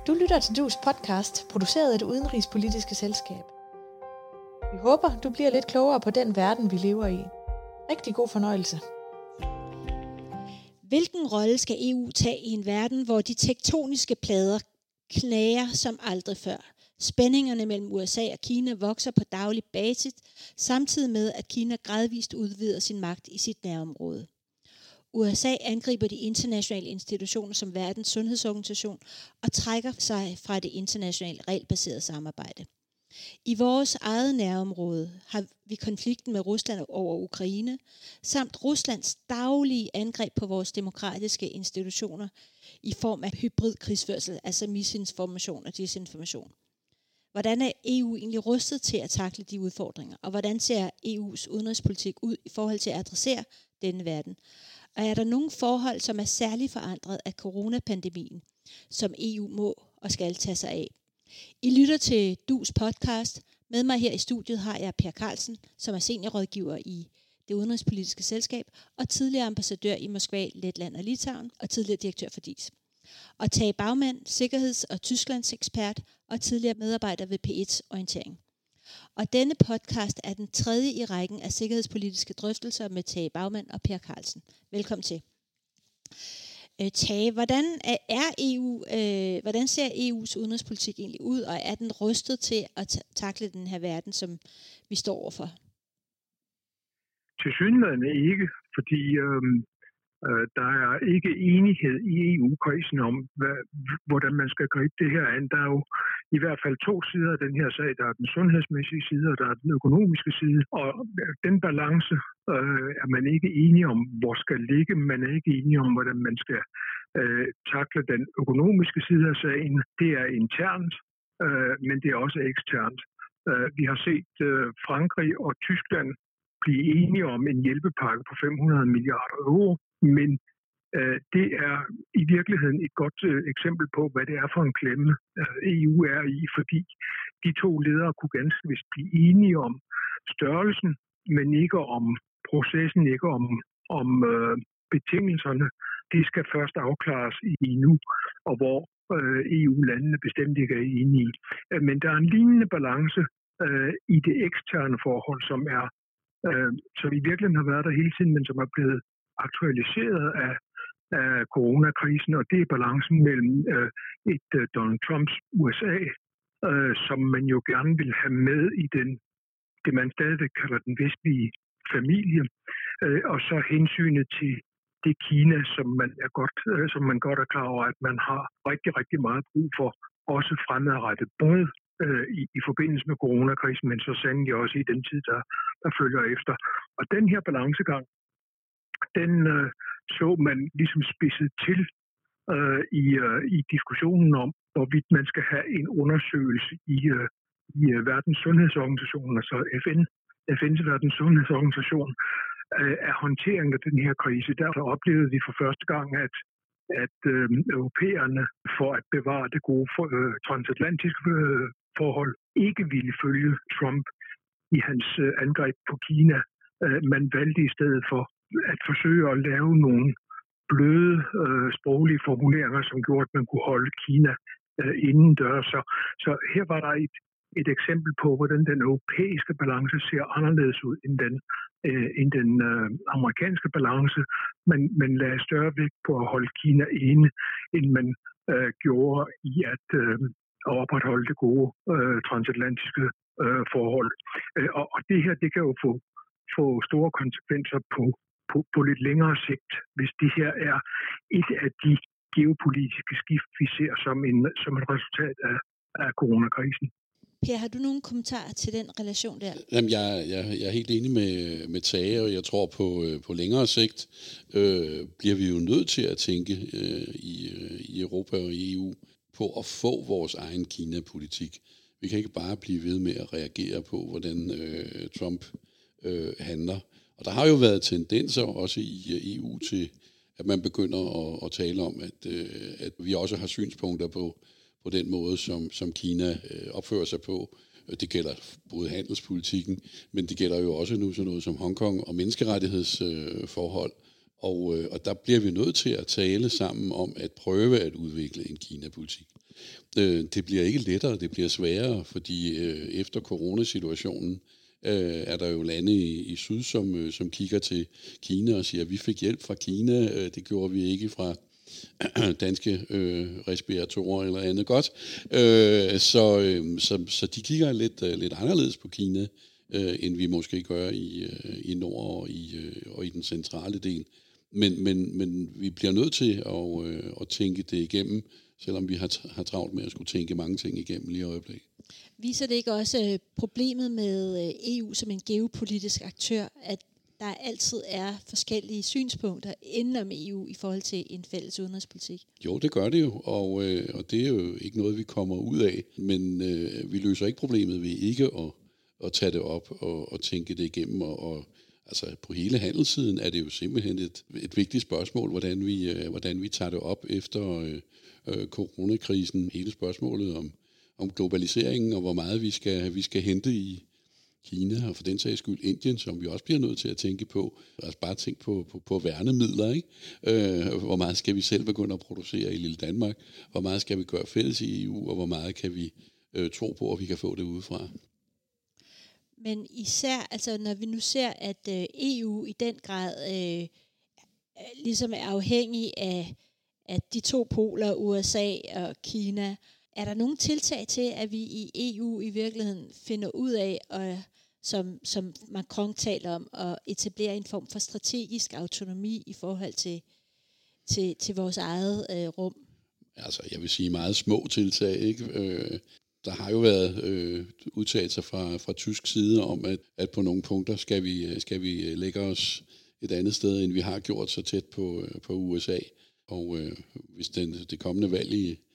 Du lytter til DU's podcast, produceret af Det Udenrigspolitiske Selskab. Vi håber, du bliver lidt klogere på den verden, vi lever i. Rigtig god fornøjelse. Hvilken rolle skal EU tage i en verden, hvor de tektoniske plader knager som aldrig før? Spændingerne mellem USA og Kina vokser på daglig basis, samtidig med, at Kina gradvist udvider sin magt i sit nærområde. USA angriber de internationale institutioner som Verdens Sundhedsorganisation og trækker sig fra det internationale regelbaserede samarbejde. I vores eget nærområde har vi konflikten med Rusland over Ukraine, samt Ruslands daglige angreb på vores demokratiske institutioner i form af hybrid krigsførsel, altså misinformation og desinformation. Hvordan er EU egentlig rustet til at takle de udfordringer, og hvordan ser EU's udenrigspolitik ud i forhold til at adressere denne verden? Og er der nogle forhold, som er særligt forandret af coronapandemien, som EU må og skal tage sig af? I lytter til DU's podcast. Med mig her i studiet har jeg Per Carlsen, som er seniorrådgiver i Det Udenrigspolitiske Selskab og tidligere ambassadør i Moskva, Letland og Litauen og tidligere direktør for DIS. Og Tage Bagmand, sikkerheds- og Tysklandsekspert og tidligere medarbejder ved P1 Orientering. Og denne podcast er den tredje i rækken af sikkerhedspolitiske drøftelser med Tage Bagmand og Per Carlsen. Velkommen til. Tage, hvordan ser EU's udenrigspolitik egentlig ud, og er den rustet til at takle den her verden, som vi står overfor? Tilsyneladende ikke, fordi der er ikke enighed i EU-kredsen om, hvordan man skal gribe det her an. Der er jo i hvert fald to sider af den her sag. Der er den sundhedsmæssige side, og der er den økonomiske side. Og den balance er man ikke enige om, hvor skal ligge. Man er ikke enige om, hvordan man skal takle den økonomiske side af sagen. Det er internt, men det er også eksternt. Vi har set Frankrig og Tyskland blive enige om en hjælpepakke på 500 milliarder euro, men det er i virkeligheden et godt eksempel på, hvad det er for en klemme EU er i, fordi de to ledere kunne ganske vist blive enige om størrelsen, men ikke om processen, ikke om betingelserne. Det skal først afklares i nu, og hvor EU-landene bestemt ikke er enige. Men der er en lignende balance i det eksterne forhold, som i virkeligheden har været der hele tiden, men som er blevet aktualiseret af coronakrisen, og det er balancen mellem et Donald Trumps USA, som man jo gerne vil have med i det man stadig kalder den vestlige familie, og så hensynet til det Kina, som man godt er klar over, at man har rigtig, rigtig meget brug for, også fremadrettet, både i forbindelse med coronakrisen, men så sandelig også i den tid, der følger efter. Og den her balancegang, den så man ligesom spidset til i diskussionen om, hvorvidt man skal have en undersøgelse i Verdens Sundhedsorganisation, altså FN's Verdens Sundhedsorganisation, af håndteringen af den her krise. Der oplevede vi for første gang, at europæerne for at bevare det gode transatlantiske forhold ikke ville følge Trump i hans angreb på Kina. Man valgte i stedet for at forsøge at lave nogle bløde sproglige formuleringer, som gjorde, at man kunne holde Kina indendørs. Så her var der et eksempel på, hvordan den europæiske balance ser anderledes ud end den amerikanske balance. Man lagde større vægt på at holde Kina inde, end man gjorde i at opretholde det gode transatlantiske forhold. Og det her, det kan jo få store konsekvenser på lidt længere sigt, hvis det her er et af de geopolitiske skift, vi ser som et resultat af coronakrisen. Per, har du nogle kommentarer til den relation der? Jamen, jeg er helt enig med Tage, og jeg tror på længere sigt bliver vi jo nødt til at tænke i Europa og i EU på at få vores egen Kina-politik. Vi kan ikke bare blive ved med at reagere på, hvordan Trump handler. Og der har jo været tendenser også i EU til, at man begynder at tale om, at vi også har synspunkter på den måde, som Kina opfører sig på. Det gælder både handelspolitikken, men det gælder jo også nu sådan noget som Hongkong og menneskerettighedsforhold. Og der bliver vi nødt til at tale sammen om at prøve at udvikle en Kina-politik. Det bliver ikke lettere, det bliver sværere, fordi efter coronasituationen er der jo lande i syd, som kigger til Kina og siger, at vi fik hjælp fra Kina, det gjorde vi ikke fra danske respiratorer eller andet godt. Så de kigger lidt anderledes på Kina, end vi måske gør i nord og i den centrale del. Men vi bliver nødt til at tænke det igennem, selvom vi har travlt med at skulle tænke mange ting igennem lige i øjeblikket. Viser det ikke også problemet med EU som en geopolitisk aktør, at der altid er forskellige synspunkter inden om EU i forhold til en fælles udenrigspolitik? Jo, det gør det jo, og det er jo ikke noget, vi kommer ud af, men vi løser ikke problemet ved ikke at tage det op og tænke det igennem. Og altså på hele handelssiden er det jo simpelthen et vigtigt spørgsmål, hvordan vi tager det op efter coronakrisen. Hele spørgsmålet om globaliseringen og hvor meget vi skal hente i Kina og for den sags skyld Indien, som vi også bliver nødt til at tænke på. Altså bare tænk på værnemidler, ikke? Hvor meget skal vi selv begynde at producere i lille Danmark? Hvor meget skal vi gøre fælles i EU? Og hvor meget kan vi tro på, at vi kan få det udefra? Men især, altså når vi nu ser, at EU i den grad ligesom er afhængig af de to poler, USA og Kina, er der nogle tiltag til, at vi i EU i virkeligheden finder ud af, som Macron taler om, at etablere en form for strategisk autonomi i forhold til vores eget rum? Altså, jeg vil sige meget små tiltag, ikke? Der har jo været udtalelser fra tysk side om, at på nogle punkter skal vi lægge os et andet sted, end vi har gjort så tæt på USA. Og hvis det kommende valg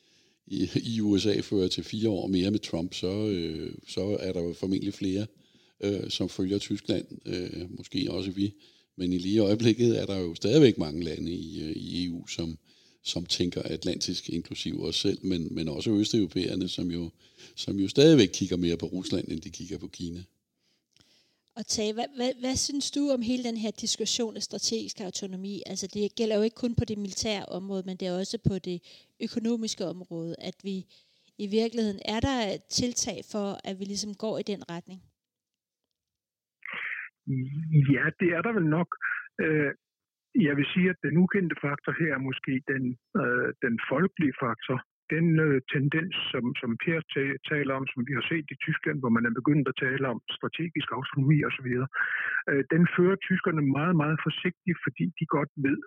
i USA fører til 4 år mere med Trump, så er der jo formentlig flere, som følger Tyskland, måske også vi. Men i lige øjeblikket er der jo stadigvæk mange lande i EU, som tænker atlantisk, inklusive os selv, men også østeuropæerne, som jo stadigvæk kigger mere på Rusland, end de kigger på Kina. Og Tage, hvad synes du om hele den her diskussion af strategisk autonomi? Altså det gælder jo ikke kun på det militære område, men det er også på det økonomiske område, at vi i virkeligheden, er der et tiltag for, at vi ligesom går i den retning? Ja, det er der vel nok. Jeg vil sige, at den ukendte faktor her er måske den folkelige faktor. Den tendens, som Per taler om, som vi har set i Tyskland, hvor man er begyndt at tale om strategisk autonomi osv., den fører tyskerne meget, meget forsigtigt, fordi de godt ved,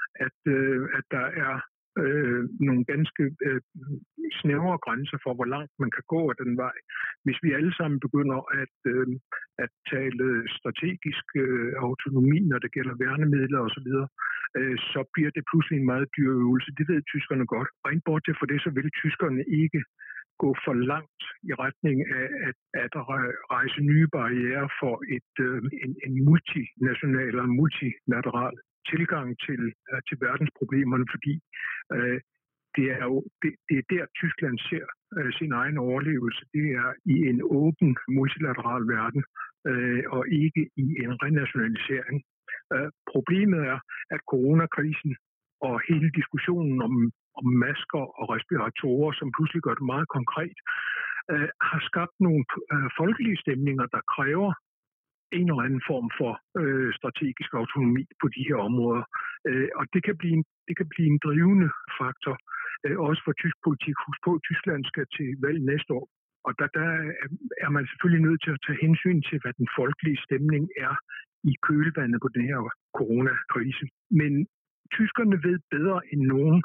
at der er nogle ganske snævre grænser for, hvor langt man kan gå af den vej. Hvis vi alle sammen begynder at tale strategisk autonomi, når det gælder værnemidler osv., så bliver det pludselig en meget dyr øvelse. Det ved tyskerne godt. Og ind bortset fra det, så vil tyskerne ikke gå for langt i retning af at rejse nye barrierer for en multinational eller multilateral tilgang til verdensproblemerne, fordi det er der Tyskland ser sin egen overlevelse. Det er i en åben multilateral verden og ikke i en renationalisering. Problemet er, at coronakrisen og hele diskussionen om masker og respiratorer, som pludselig gør det meget konkret, har skabt nogle folkelige stemninger, der kræver en eller anden form for strategisk autonomi på de her områder. Og det kan blive en drivende faktor, også for tysk politik. Husk på, at Tyskland skal til valg næste år. Og der er man selvfølgelig nødt til at tage hensyn til, hvad den folkelige stemning er i kølvandet på den her coronakrise. Men tyskerne ved bedre end nogen,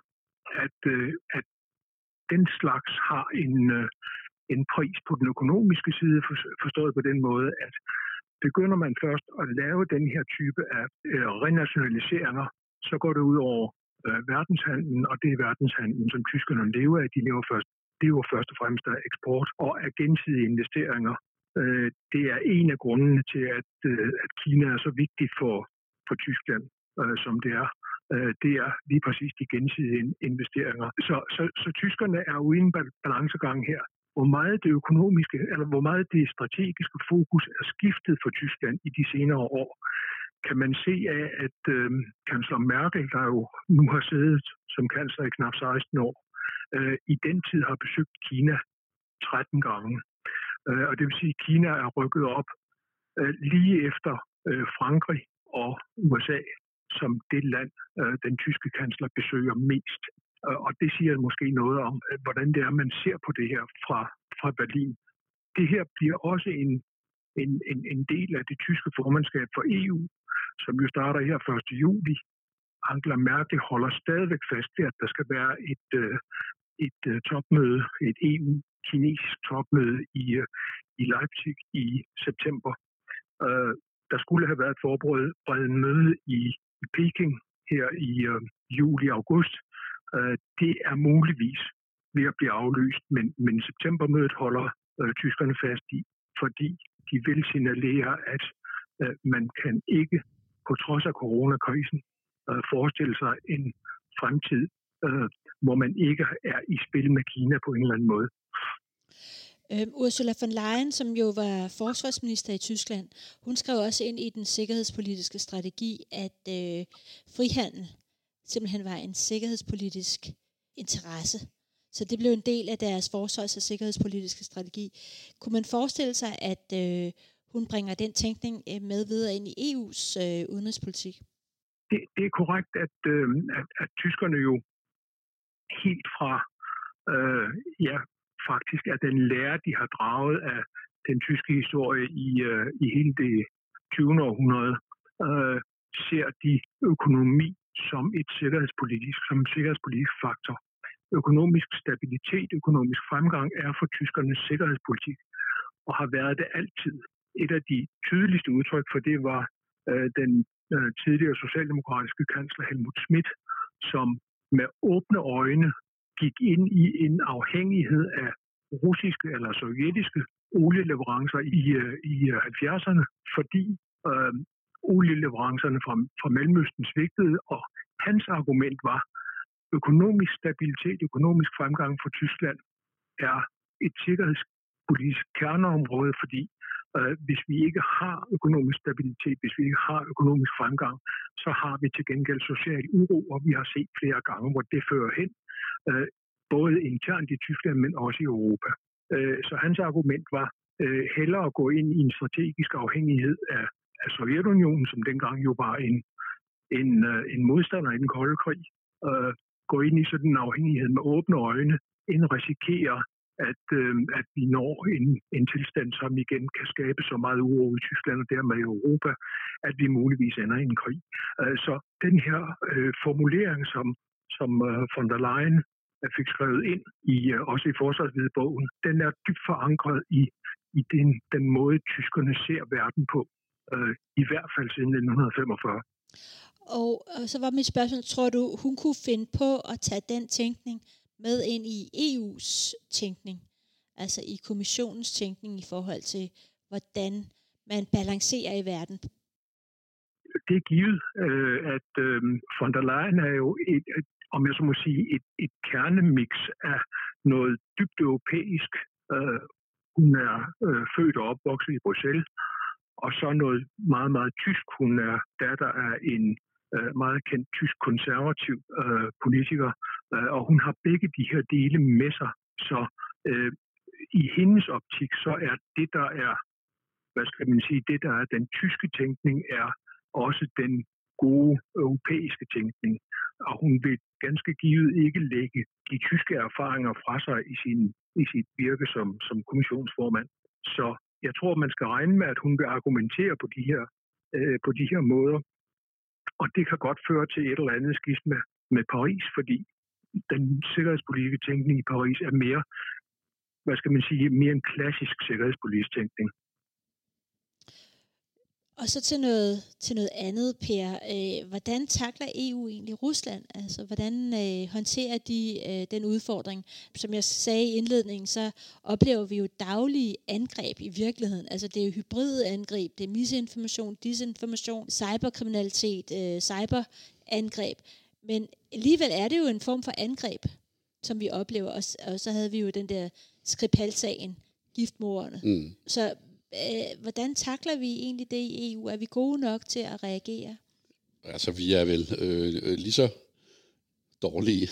at den slags har en pris på den økonomiske side, forstået på den måde, at begynder man først at lave den her type af renationaliseringer, så går det ud over verdenshandlen, og det er verdenshandlen, som tyskerne lever af. De lever først og fremmest af eksport og af gensidige investeringer. Det er en af grundene til, at Kina er så vigtigt for Tyskland, som det er. Det er lige præcis de gensidige investeringer. Så tyskerne er jo i en balancegang her. Hvor meget det økonomiske, eller hvor meget det strategiske fokus er skiftet for Tyskland i de senere år, kan man se af, at kansler Merkel, der jo nu har siddet som kansler i knap 16 år, i den tid har besøgt Kina 13 gange. Og det vil sige, at Kina er rykket op lige efter Frankrig og USA som det land, den tyske kansler besøger mest. Og det siger måske noget om, hvordan det er, man ser på det her fra Berlin. Det her bliver også en del af det tyske formandskab for EU, som jo starter her 1. juli. Angela Merkel holder stadigvæk fast ved, at der skal være et topmøde, et EU-kinesisk topmøde i Leipzig i september. Der skulle have været et forberedt møde i Peking her i juli-august. Det er muligvis ved at blive aflyst, men septembermødet holder tyskerne fast i, fordi de vil signalere, at man kan ikke, på trods af coronakrisen, forestille sig en fremtid, hvor man ikke er i spil med Kina på en eller anden måde. Ursula von Leyen, som jo var forsvarsminister i Tyskland, hun skrev også ind i den sikkerhedspolitiske strategi, at frihandel simpelthen var en sikkerhedspolitisk interesse. Så det blev en del af deres forsvars- og sikkerhedspolitiske strategi. Kunne man forestille sig, at hun bringer den tænkning med videre ind i EU's udenrigspolitik? Det er korrekt, at tyskerne jo helt fra faktisk er den lære, de har draget af den tyske historie i hele det 20. århundrede, ser de økonomi som en sikkerhedspolitisk faktor. Økonomisk stabilitet, økonomisk fremgang er for tyskernes sikkerhedspolitik, og har været det altid. Et af de tydeligste udtryk for det var den tidligere socialdemokratiske kansler Helmut Schmidt, som med åbne øjne gik ind i en afhængighed af russiske eller sovjetiske olieleverancer i 70'erne, fordi olieleverancerne fra Mellemøsten svigtede, og hans argument var, økonomisk stabilitet, økonomisk fremgang for Tyskland er et sikkerhedspolitisk kerneområde, fordi hvis vi ikke har økonomisk stabilitet, hvis vi ikke har økonomisk fremgang, så har vi til gengæld social uro, og vi har set flere gange, hvor det fører hen, både internt i Tyskland, men også i Europa. Så hans argument var hellere at gå ind i en strategisk afhængighed af Sovjetunionen, som dengang jo var en modstander i den kolde krig, gå ind i sådan en afhængighed med åbne øjne, end risikere, at vi når en tilstand, som igen kan skabe så meget uro i Tyskland og dermed i Europa, at vi muligvis ender i en krig. Så den her formulering, som von der Leyen fik skrevet ind, også i forsvarshvidebogen, den er dybt forankret i den måde, tyskerne ser verden på, i hvert fald siden 1945. Og så var mit spørgsmål, tror du, hun kunne finde på at tage den tænkning med ind i EU's tænkning, altså i kommissionens tænkning i forhold til, hvordan man balancerer i verden? Det er givet, at von der Leyen er jo om jeg så må sige, et kernemix af noget dybt europæisk. Hun er født og opvokset i Bruxelles, og så noget meget, meget tysk. Hun er datter af en meget kendt tysk konservativ politiker, og hun har begge de her dele med sig. Så i hendes optik, så er det, der er, hvad skal man sige, det, der er den tyske tænkning, er også den gode europæiske tænkning. Og hun vil ganske givet ikke lægge de tyske erfaringer fra sig i sit virke som kommissionsformand. Så jeg tror, man skal regne med, at hun vil argumentere på de her måder. Og det kan godt føre til et eller andet skisma med Paris, fordi den sikkerhedspolitiske tænkning i Paris er mere, hvad skal man sige, mere en klassisk sikkerhedspolitisk tænkning. Og så til noget andet, Per. Hvordan takler EU egentlig Rusland? Altså, hvordan håndterer de den udfordring? Som jeg sagde i indledningen, så oplever vi jo daglige angreb i virkeligheden. Altså, det er jo hybride angreb, det er misinformation, disinformation, cyberkriminalitet, cyberangreb. Men alligevel er det jo en form for angreb, som vi oplever. Og så havde vi jo den der Skripal-sagen, giftmorderne. Så hvordan takler vi egentlig det i EU? Er vi gode nok til at reagere? Altså, vi er vel lige så dårlige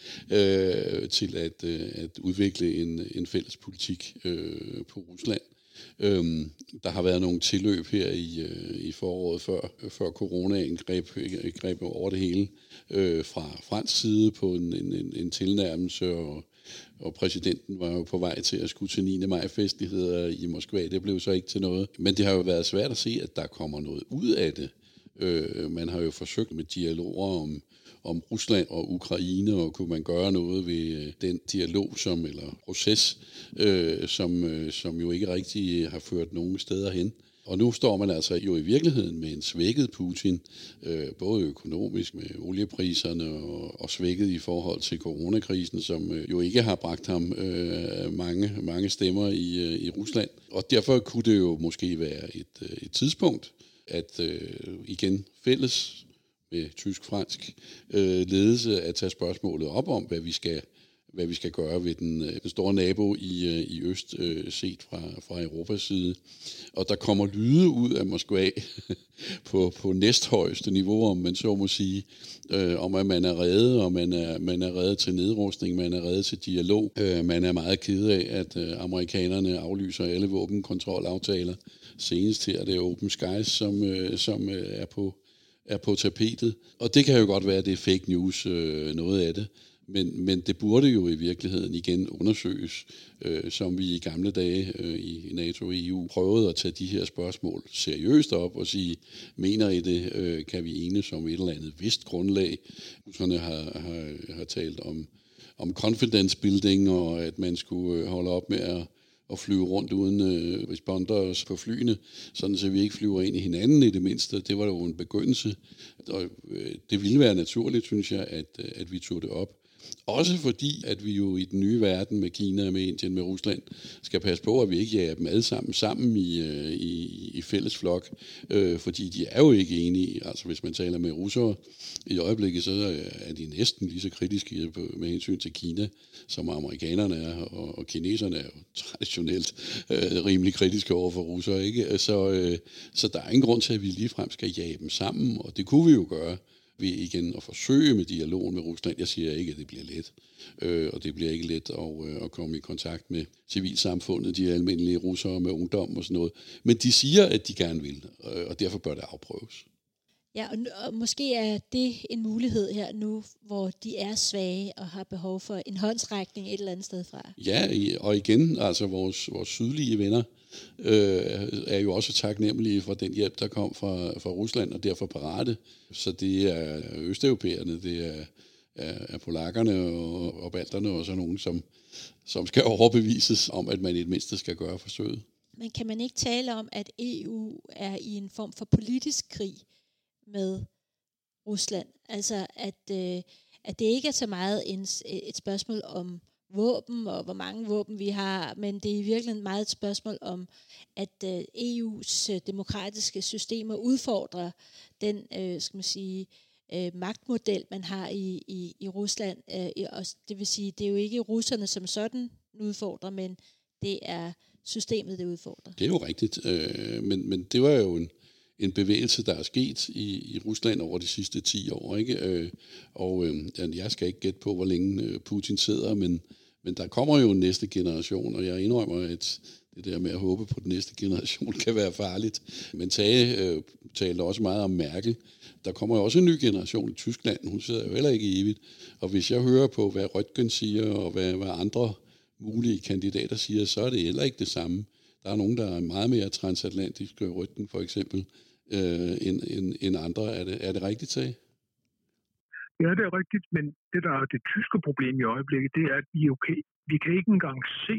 til at udvikle en fælles politik på Rusland. Der har været nogle tilløb her i foråret før coronaen greb over det hele fra fransk side på en tilnærmelse, og præsidenten var jo på vej til at skulle til 9. maj-festligheder i Moskva. Det blev så ikke til noget. Men det har jo været svært at se, at der kommer noget ud af det. Man har jo forsøgt med dialoger om Rusland og Ukraine, og kunne man gøre noget ved den dialog eller proces, som jo ikke rigtig har ført nogen steder hen. Og nu står man altså jo i virkeligheden med en svækket Putin, både økonomisk med oliepriserne og svækket i forhold til coronakrisen, som jo ikke har bragt ham mange stemmer i Rusland. Og derfor kunne det jo måske være et tidspunkt, at igen fælles med tysk-fransk ledelse at tage spørgsmålet op om, hvad vi skal gøre ved den store nabo i øst, set fra Europas side. Og der kommer lyde ud af Moskva på næsthøjeste niveau, om man så må sige, om at man er reddet, og man er reddet til nedrustning, man er reddet til dialog. Man er meget ked af, at amerikanerne aflyser alle våbenkontrolaftaler. Senest her, det er Open Skies, som er på tapetet. Og det kan jo godt være, at det er fake news, noget af det. Men det burde jo i virkeligheden igen undersøges, som vi i gamle dage i NATO og EU prøvede at tage de her spørgsmål seriøst op og sige, mener I det, kan vi enes om et eller andet vist grundlag. Russerne har talt om confidence building, og at man skulle holde op med at flyve rundt uden responders på flyene, sådan så vi ikke flyver ind i hinanden i det mindste. Det var jo en begyndelse, og det ville være naturligt, synes jeg, at vi tog det op. Også fordi, at vi jo i den nye verden med Kina, med Indien, med Rusland, skal passe på, at vi ikke jager dem alle sammen i fælles flok, fordi de er jo ikke enige. Altså hvis man taler med russere i øjeblikket, så er de næsten lige så kritiske med hensyn til Kina, som amerikanerne er, og kineserne er jo traditionelt rimelig kritiske over for russere, ikke? Så der er ingen grund til, at vi ligefrem skal jage dem sammen, og det kunne vi jo gøre ved igen at forsøge med dialogen med Rusland. Jeg siger ikke, at det bliver let, og det bliver ikke let at komme i kontakt med civilsamfundet, de almindelige russere med ungdom og sådan noget. Men de siger, at de gerne vil, og derfor bør det afprøves. Ja, og måske er det en mulighed her nu, hvor de er svage og har behov for en håndsrækning et eller andet sted fra. Ja, og igen, altså vores sydlige venner er jo også taknemmelige for den hjælp, der kom fra Rusland, og derfor parate. Så det er østeuropæerne, det er polakkerne og balterne og sådan nogen, som skal overbevises om, at man i det mindste skal gøre forsøget. Men kan man ikke tale om, at EU er i en form for politisk krig med Rusland? Altså, at det ikke er så meget et spørgsmål om våben og hvor mange våben vi har, men det er i virkeligheden meget et spørgsmål om, at EU's demokratiske systemer udfordrer den, skal man sige, magtmodel, man har i Rusland. Det vil sige, det er jo ikke russerne som sådan udfordrer, men det er systemet, det udfordrer. Det er jo rigtigt, men det var jo en bevægelse, der er sket i Rusland over de sidste 10 år, ikke? Jeg skal ikke gætte på, hvor længe Putin sidder, men der kommer jo en næste generation, og jeg indrømmer, at det der med at håbe på den næste generation kan være farligt. Men Tage talte også meget om Merkel. Der kommer jo også en ny generation i Tyskland. Hun sidder jo heller ikke evigt. Og hvis jeg hører på, hvad Röttgen siger, og hvad andre mulige kandidater siger, så er det heller ikke det samme. Der er nogen, der er meget mere transatlantiske, Röttgen for eksempel, end andre. Er det rigtigt, Tage? Ja, det er rigtigt, men det, der er det tyske problem i øjeblikket, det er, at vi kan ikke engang se,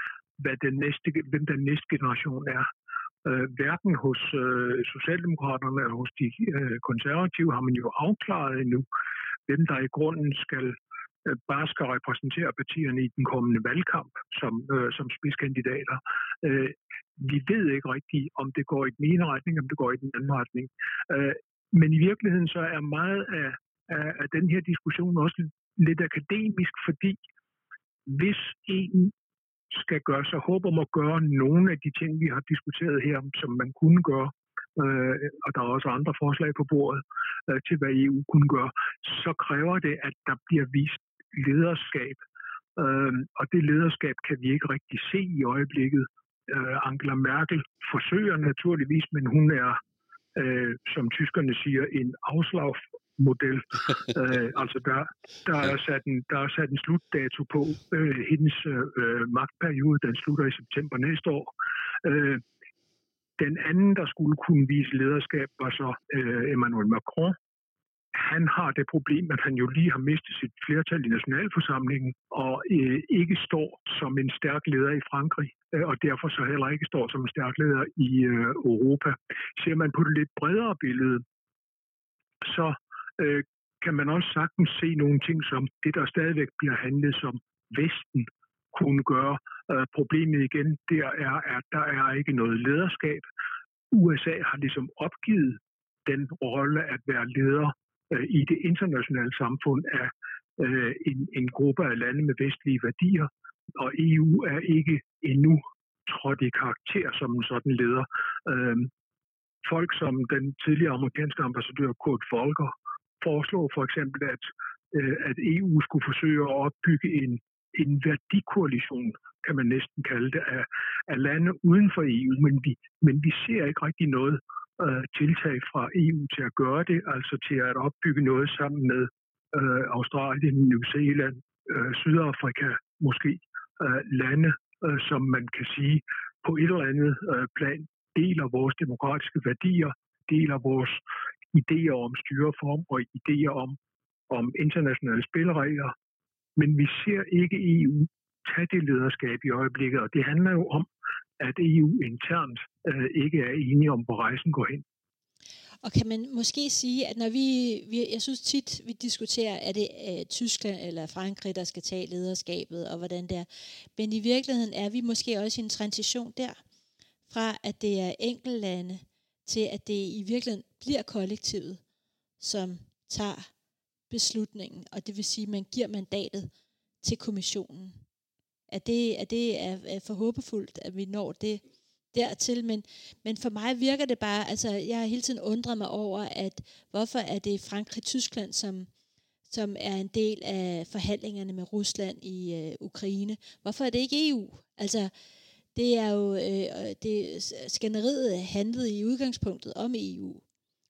hvem den næste generation er. Hverken hos Socialdemokraterne eller hos de konservative har man jo afklaret endnu, hvem der i grunden bare skal repræsentere partierne i den kommende valgkamp som spidskandidater. Vi ved ikke rigtigt, om det går i den ene retning, om det går i den anden retning. Men i virkeligheden så er meget af den her diskussion også lidt akademisk, fordi hvis EU skal gøre sig håb om at gøre nogle af de ting, vi har diskuteret her, som man kunne gøre, og der er også andre forslag på bordet til, hvad EU kunne gøre, så kræver det, at der bliver vist lederskab. Og det lederskab kan vi ikke rigtig se i øjeblikket. Angela Merkel forsøger naturligvis, men hun er, som tyskerne siger, en afslagsmodel. Altså der er sat en slutdato på hendes magtperiode. Den slutter i september næste år. Den anden, der skulle kunne vise lederskab, var så Emmanuel Macron. Han har det problem, at han jo lige har mistet sit flertal i nationalforsamlingen, og ikke står som en stærk leder i Frankrig, og derfor så heller ikke står som en stærk leder i Europa. Ser man på det lidt bredere billede, så kan man også sagtens se nogle ting, som det, der stadigvæk bliver handlet som Vesten kunne gøre. Problemet igen, der er, at der er ikke noget lederskab. USA har ligesom opgivet den rolle at være leder i det internationale samfund af en gruppe af lande med vestlige værdier, og EU er ikke endnu trådt i karakter som en sådan leder. Folk som den tidligere amerikanske ambassadør Kurt Volker foreslår for eksempel, at EU skulle forsøge at opbygge en værdikoalition, kan man næsten kalde det, af lande uden for EU, men vi ser ikke rigtig noget tiltag fra EU til at gøre det, altså til at opbygge noget sammen med Australien, New Zealand, Sydafrika, måske lande, som man kan sige på et eller andet plan deler vores demokratiske værdier, deler vores idéer om styreform og idéer om internationale spilleregler, men vi ser ikke EU tage det lederskab i øjeblikket, og det handler jo om, at EU internt ikke er enige om, hvor rejsen går hen. Og kan man måske sige, at når jeg synes tit, vi diskuterer, er det Tyskland eller Frankrig, der skal tage lederskabet, og hvordan det er. Men i virkeligheden er vi måske også i en transition der, fra at det er enkeltlande, til at det i virkeligheden bliver kollektivet, som tager beslutningen, og det vil sige, at man giver mandatet til kommissionen. Er det for håbefuldt, at vi når det dertil, men for mig virker det bare, altså jeg har hele tiden undret mig over, at hvorfor er det Frankrig-Tyskland, som er en del af forhandlingerne med Rusland i Ukraine. Hvorfor er det ikke EU? Altså, det er jo, skænderiet handlede i udgangspunktet om EU.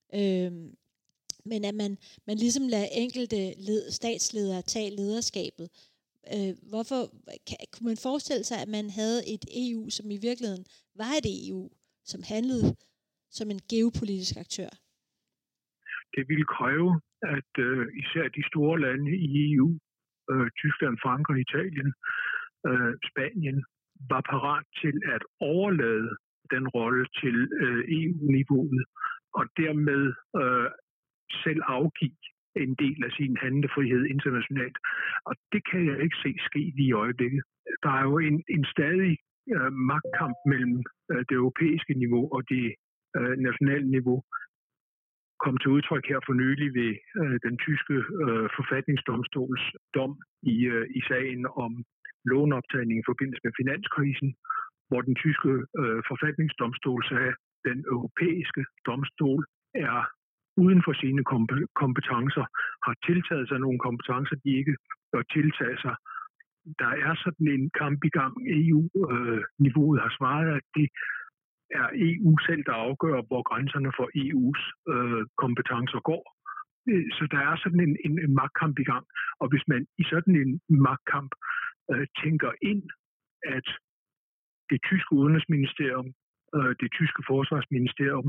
Men at man ligesom lader enkelte statsledere tage lederskabet. Hvorfor kunne man forestille sig, at man havde et EU, som i virkeligheden var et EU, som handlede som en geopolitisk aktør? Det ville kræve, at især de store lande i EU, Tyskland, Frankrig, Italien, Spanien, var parat til at overlade den rolle til EU-niveauet, og dermed selv afgive en del af sin handlefrihed internationalt. Og det kan jeg ikke se ske lige i øjeblikket. Der er jo en stadig magtkamp mellem det europæiske niveau og det nationale niveau. Kom til udtryk her for nylig ved den tyske forfatningsdomstols dom i sagen om låneoptagning i forbindelse med finanskrisen, hvor den tyske forfatningsdomstol sagde, at den europæiske domstol er uden for sine kompetencer, har tiltaget sig nogle kompetencer, de ikke bør tiltage sig. Der er sådan en kamp i gang. EU-niveauet har svaret, at det er EU selv, der afgør, hvor grænserne for EU's kompetencer går. Så der er sådan en magtkamp i gang. Og hvis man i sådan en magtkamp tænker ind, at det tyske udenrigsministerium, det tyske forsvarsministerium,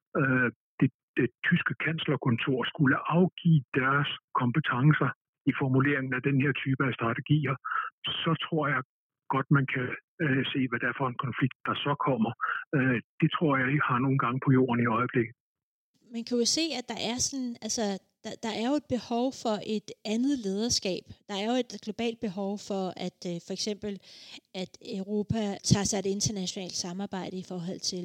det tyske kanslerkontor skulle afgive deres kompetencer i formuleringen af den her type af strategier, så tror jeg godt, man kan se, hvad det er for en konflikt, der så kommer. Det tror jeg ikke har nogen gang på jorden i øjeblikket. Man kan jo se, at der er sådan, altså, der er jo et behov for et andet lederskab. Der er jo et globalt behov for, at for eksempel, at Europa tager sig et internationalt samarbejde i forhold til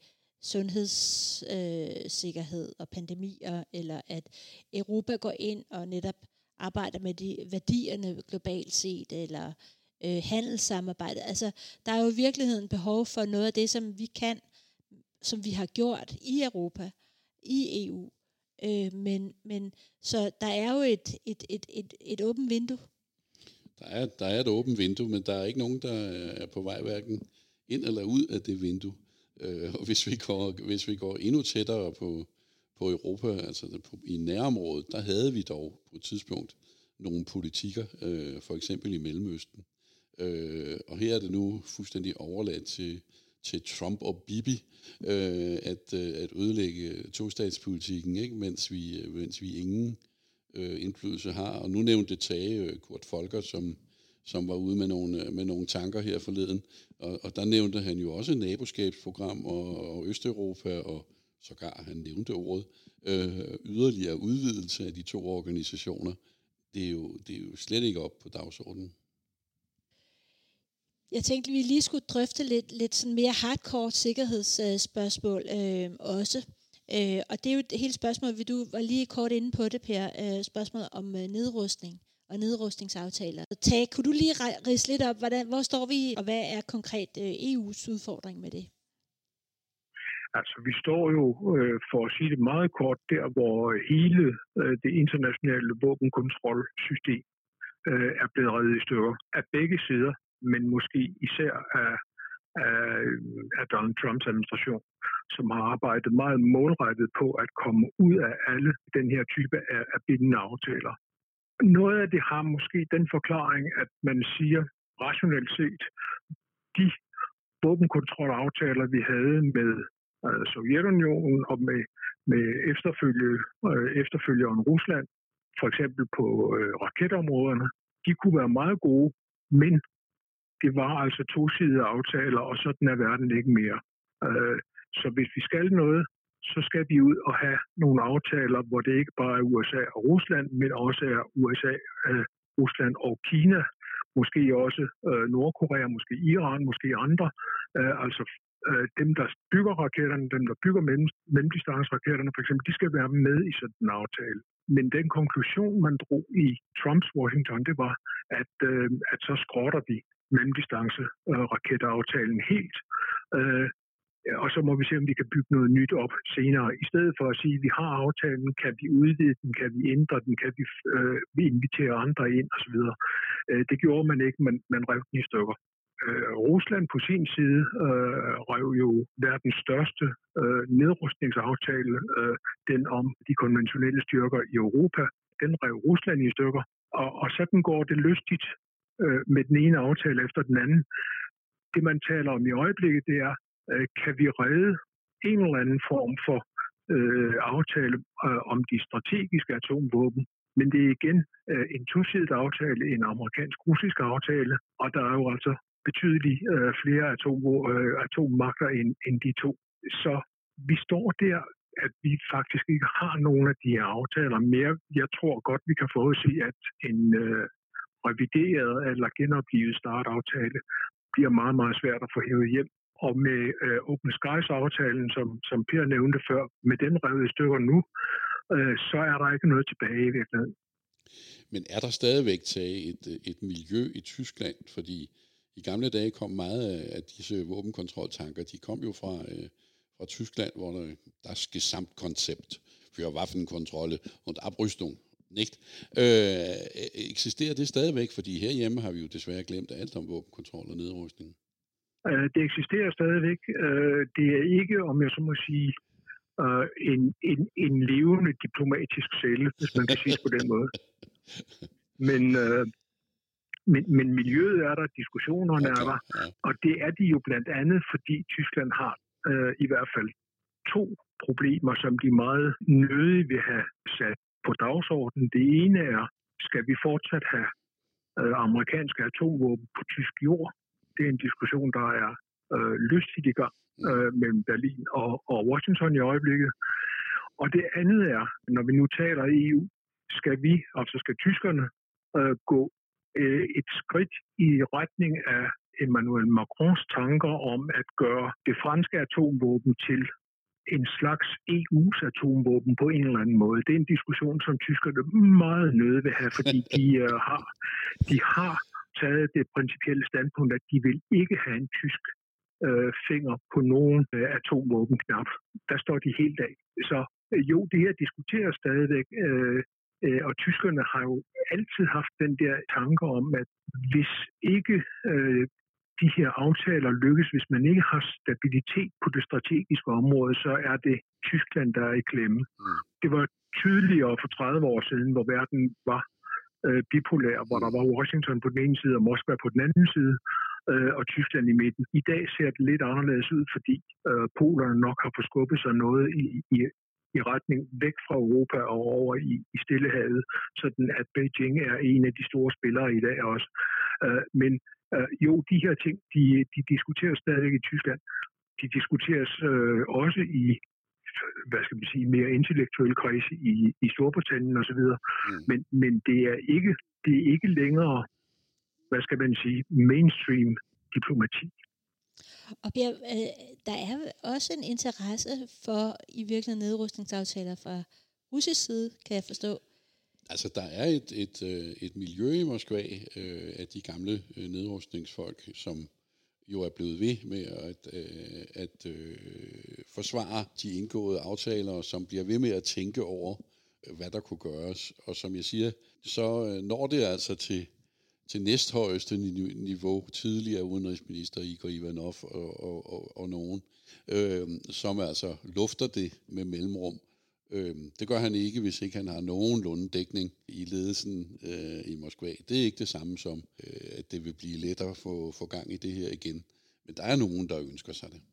sundhedssikkerhed og pandemier, eller at Europa går ind og netop arbejder med de værdierne globalt set, eller handelssamarbejdet. Altså, der er jo i virkeligheden behov for noget af det, som vi kan, som vi har gjort i Europa, i EU. Men så der er jo et åbent vindue. Der er et åbent vindue, men der er ikke nogen, der er på vej hverken ind eller ud af det vindue. Og hvis vi går endnu tættere på Europa, altså i nærområdet, der havde vi dog på et tidspunkt nogle politikker, for eksempel i Mellemøsten. Og her er det nu fuldstændig overladt til Trump og Bibi at ødelægge tostatspolitikken, ikke? Mens vi ingen indflydelse har. Og nu nævnte Tage Kurt Volker, som var ude med nogle tanker her forleden. Og der nævnte han jo også naboskabsprogram og Østeuropa, og sågar han nævnte ordet yderligere udvidelse af de to organisationer. Det er jo slet ikke op på dagsordenen. Jeg tænkte, vi lige skulle drøfte lidt sådan mere hardcore sikkerhedsspørgsmål også. Og det er jo et helt spørgsmål, du var lige kort inde på det, Per, spørgsmålet om nedrustning og nedrustningsaftaler. Tage, kunne du lige ridse lidt op, hvor står vi, og hvad er konkret EU's udfordring med det? Altså, vi står jo, for at sige det meget kort, der hvor hele det internationale våbenkontrolsystem er blevet revet i stykker af begge sider, men måske især af Donald Trumps administration, som har arbejdet meget målrettet på at komme ud af alle den her type af bindende aftaler. Noget af det har måske den forklaring, at man siger rationelt set, de våbenkontrolaftaler, vi havde med Sovjetunionen og med efterfølgeren Rusland, for eksempel på raketområderne, de kunne være meget gode, men det var altså tosidige aftaler, og sådan er verden ikke mere. Så hvis vi skal noget, så skal vi ud og have nogle aftaler, hvor det ikke bare er USA og Rusland, men også er USA, Rusland og Kina, måske også Nordkorea, måske Iran, måske andre. Altså dem, der bygger raketterne, dem, der bygger mellemdistanceraketterne for eksempel, de skal være med i sådan en aftale. Men den konklusion, man drog i Trumps Washington, det var, at så skrotter vi mellemdistancerakettaftalen helt. Og så må vi se, om vi kan bygge noget nyt op senere. I stedet for at sige, at vi har aftalen, kan vi udvide den, kan vi ændre den, kan vi invitere andre ind osv. Det gjorde man ikke, man rev den i stykker. Rusland på sin side rev jo verdens største nedrustningsaftale, den om de konventionelle styrker i Europa. Den rev Rusland i stykker, og sådan går det lystigt med den ene aftale efter den anden. Det man taler om i øjeblikket, det er, kan vi redde en eller anden form for aftale om de strategiske atomvåben. Men det er igen en tosidig aftale, en amerikansk-russisk aftale, og der er jo altså betydeligt flere atommagter end de to. Så vi står der, at vi faktisk ikke har nogen af de her aftaler mere. Jeg tror godt, vi kan forudse, at en revideret eller genoplivet startaftale bliver meget, meget svært at få hævet hjem. Og med Open Skies-aftalen, som Per nævnte før, med den revet i stykker nu, så er der ikke noget tilbage i virkeligheden. Men er der stadigvæk et miljø i Tyskland? Fordi i gamle dage kom meget af disse våbenkontroltanker, de kom jo fra Tyskland, hvor der er Gesamtkonzept für Waffenkontrolle und Abrüstung. Nicht? Eksisterer det stadigvæk? Fordi herhjemme har vi jo desværre glemt alt om våbenkontrol og nedrustning. Det eksisterer stadigvæk. Det er ikke, om jeg så må sige, en levende diplomatisk celle, hvis man kan sige det på den måde. Men miljøet er der, diskussionerne er der, og det er de jo blandt andet, fordi Tyskland har i hvert fald to problemer, som de meget nødig vil have sat på dagsordenen. Det ene er, skal vi fortsat have amerikanske atomvåben på tysk jord? Det er en diskussion, der er lystigt i gang mellem Berlin og Washington i øjeblikket. Og det andet er, når vi nu taler EU, skal tyskerne gå et skridt i retning af Emmanuel Macrons tanker om at gøre det franske atomvåben til en slags EU's atomvåben på en eller anden måde. Det er en diskussion, som tyskerne meget nødt vil have, fordi de har taget det principielle standpunkt, at de vil ikke have en tysk finger på nogen atomvåbenknap. Der står de helt af. Så jo, det her diskuteres stadigvæk, og tyskerne har jo altid haft den der tanke om, at hvis ikke de her aftaler lykkes, hvis man ikke har stabilitet på det strategiske område, så er det Tyskland, der er i klemme. Det var tydeligere for 30 år siden, hvor verden var bipolær, hvor der var Washington på den ene side og Moskva på den anden side, og Tyskland i midten. I dag ser det lidt anderledes ud, fordi polerne nok har forskubbet sig noget i retning væk fra Europa og over i Stillehavet, sådan at Beijing er en af de store spillere i dag også. Men jo, de her ting, de diskuteres stadigvæk i Tyskland. De diskuteres også i, hvad skal man sige, mere intellektuelle kredse i Storbritannien osv. Men det er ikke længere, hvad skal man sige, mainstream diplomati. Og Per, der er også en interesse for i virkeligheden nedrustningsaftaler fra russisk side, kan jeg forstå. Altså, der er et miljø i Moskva af de gamle nedrustningsfolk, som jo er blevet ved med at forsvare de indgåede aftaler, og som bliver ved med at tænke over, hvad der kunne gøres. Og som jeg siger, så når det altså til næsthøjeste niveau, tidligere udenrigsminister Igor Ivanov og nogen, som altså lufter det med mellemrum. Det gør han ikke, hvis ikke han har nogenlunde dækning i ledelsen i Moskva. Det er ikke det samme som, at det vil blive lettere at få gang i det her igen. Men der er nogen, der ønsker sig det.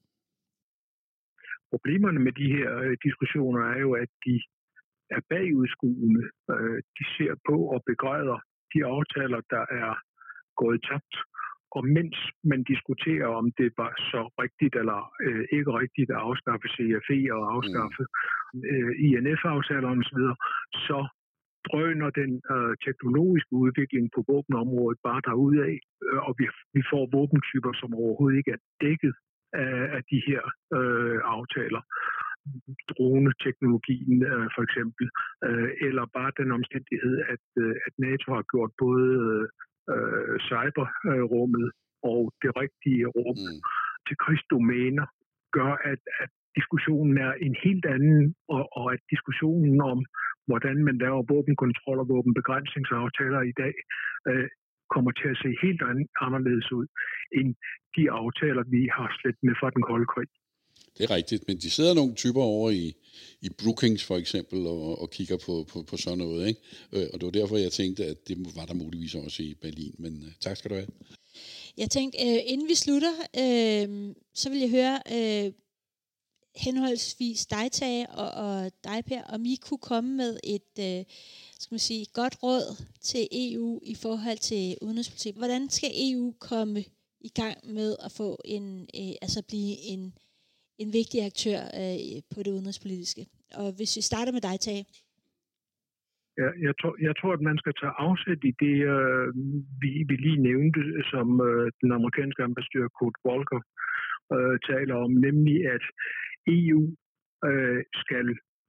Problemerne med de her diskussioner er jo, at de er bagudskuende. De ser på og begræder de aftaler, der er gået tabt. Og mens man diskuterer, om det var så rigtigt eller ikke rigtigt at afskaffe CFE og afskaffe INF-aftalerne osv., så drøner den teknologiske udvikling på våbenområdet bare derudad, og vi får våbentyper, som overhovedet ikke er dækket af de her aftaler. Droneteknologien for eksempel, eller bare den omstændighed, at NATO har gjort både cyberrummet og det rigtige rum til krigsdomæner, gør, at diskussionen er en helt anden, og at diskussionen om, hvordan man laver våbenkontrol og våbenbegrænsningsaftaler i dag, kommer til at se helt anderledes ud, end de aftaler, vi har slet med fra den kolde krig. Det er rigtigt, men de sidder nogle typer over i Brookings for eksempel og kigger på sådan noget, ikke? Og det var derfor, jeg tænkte, at det var der muligvis også i Berlin, men tak skal du have. Jeg tænkte, inden vi slutter, så vil jeg høre henholdsvis dig, Tage, og dig, Per, om I kunne komme med et godt råd til EU i forhold til udenrigspolitik. Hvordan skal EU komme i gang med at få blive en vigtig aktør på det udenrigspolitiske? Og hvis vi starter med dig, Tage. Ja, jeg tror, at man skal tage afsæt i det, vi lige nævnte, som den amerikanske ambassadør Kurt Volker taler om, nemlig at EU skal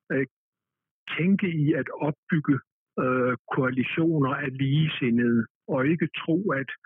tænke i at opbygge koalitioner af ligesindede, og ikke tro,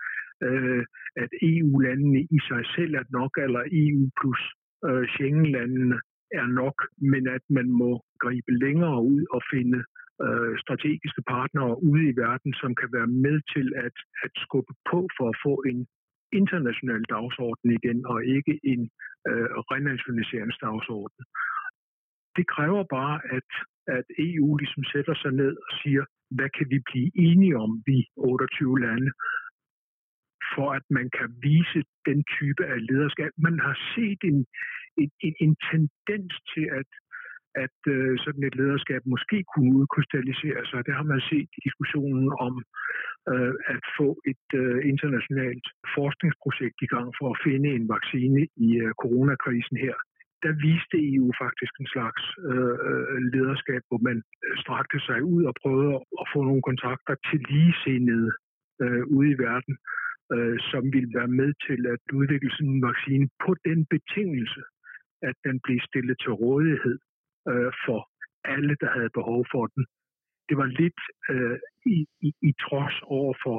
at EU-landene i sig selv er nok, eller EU plus Schengen-landene er nok, men at man må gribe længere ud og finde strategiske partnere ude i verden, som kan være med til at skubbe på for at få en international dagsorden igen, og ikke en renationaliseringsdagsorden. Det kræver bare, at EU ligesom sætter sig ned og siger, hvad kan vi blive enige om, vi 28 lande, for at man kan vise den type af lederskab. Man har set en tendens til, at sådan et lederskab måske kunne udkrystallisere sig. Det har man set i diskussionen om at få et internationalt forskningsprojekt i gang for at finde en vaccine i coronakrisen her. Der viste EU faktisk en slags lederskab, hvor man strakte sig ud og prøvede at få nogle kontakter til ligesindede ude i verden, som ville være med til at udvikle sådan en vaccine på den betingelse, at den blev stillet til rådighed for alle, der havde behov for den. Det var lidt i trods over for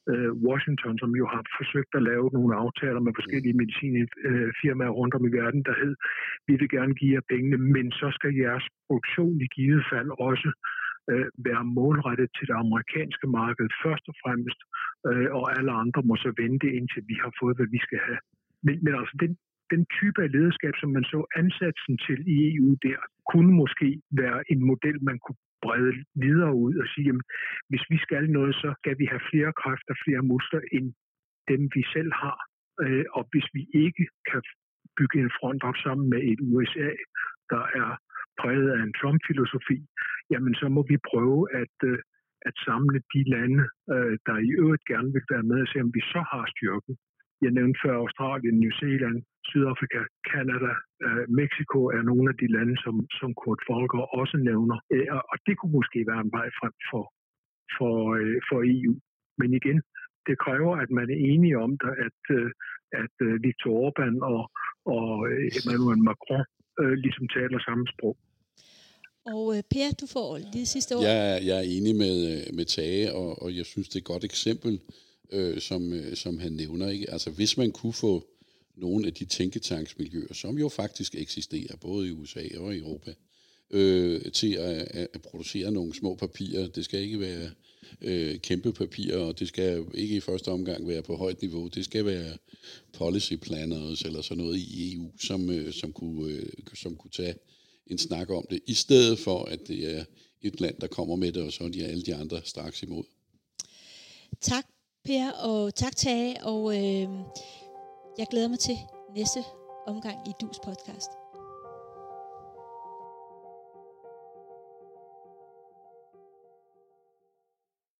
Washington, som jo har forsøgt at lave nogle aftaler med forskellige medicinfirmaer rundt om i verden, der hed, vi vil gerne give jer pengene, men så skal jeres produktion i givet fald også være målrettet til det amerikanske marked først og fremmest, og alle andre må så vente indtil vi har fået, hvad vi skal have. Men altså den type af lederskab, som man så ansatsen til i EU der, kunne måske være en model, man kunne brede videre ud og sige, jamen, hvis vi skal noget, så skal vi have flere kræfter, flere muskler end dem, vi selv har. Og hvis vi ikke kan bygge en front op sammen med et USA, der er præget af en Trump-filosofi, jamen så må vi prøve at samle de lande, der i øvrigt gerne vil være med og se, om vi så har styrken. Jeg nævnte før Australien, New Zealand, Sydafrika, Canada, Mexico er nogle af de lande, som Kurt Volker også nævner. Og det kunne måske være en vej frem for EU. Men igen, det kræver, at man er enige om det, at Viktor Orbán og Emmanuel Macron ligesom taler samme sprog. Og Per, du får lige sidste ord. Jeg er enig med Tage, og jeg synes, det er et godt eksempel, som han nævner. Ikke? Altså, hvis man kunne få nogle af de tænketanksmiljøer, som jo faktisk eksisterer, både i USA og i Europa, til at producere nogle små papirer. Det skal ikke være kæmpe papirer, og det skal ikke i første omgang være på højt niveau. Det skal være policy planners eller sådan noget i EU, som kunne tage en snak om det, i stedet for, at det er et land, der kommer med det, og så er alle de andre straks imod. Tak, Per, og tak, Tage, og jeg glæder mig til næste omgang i Dus podcast.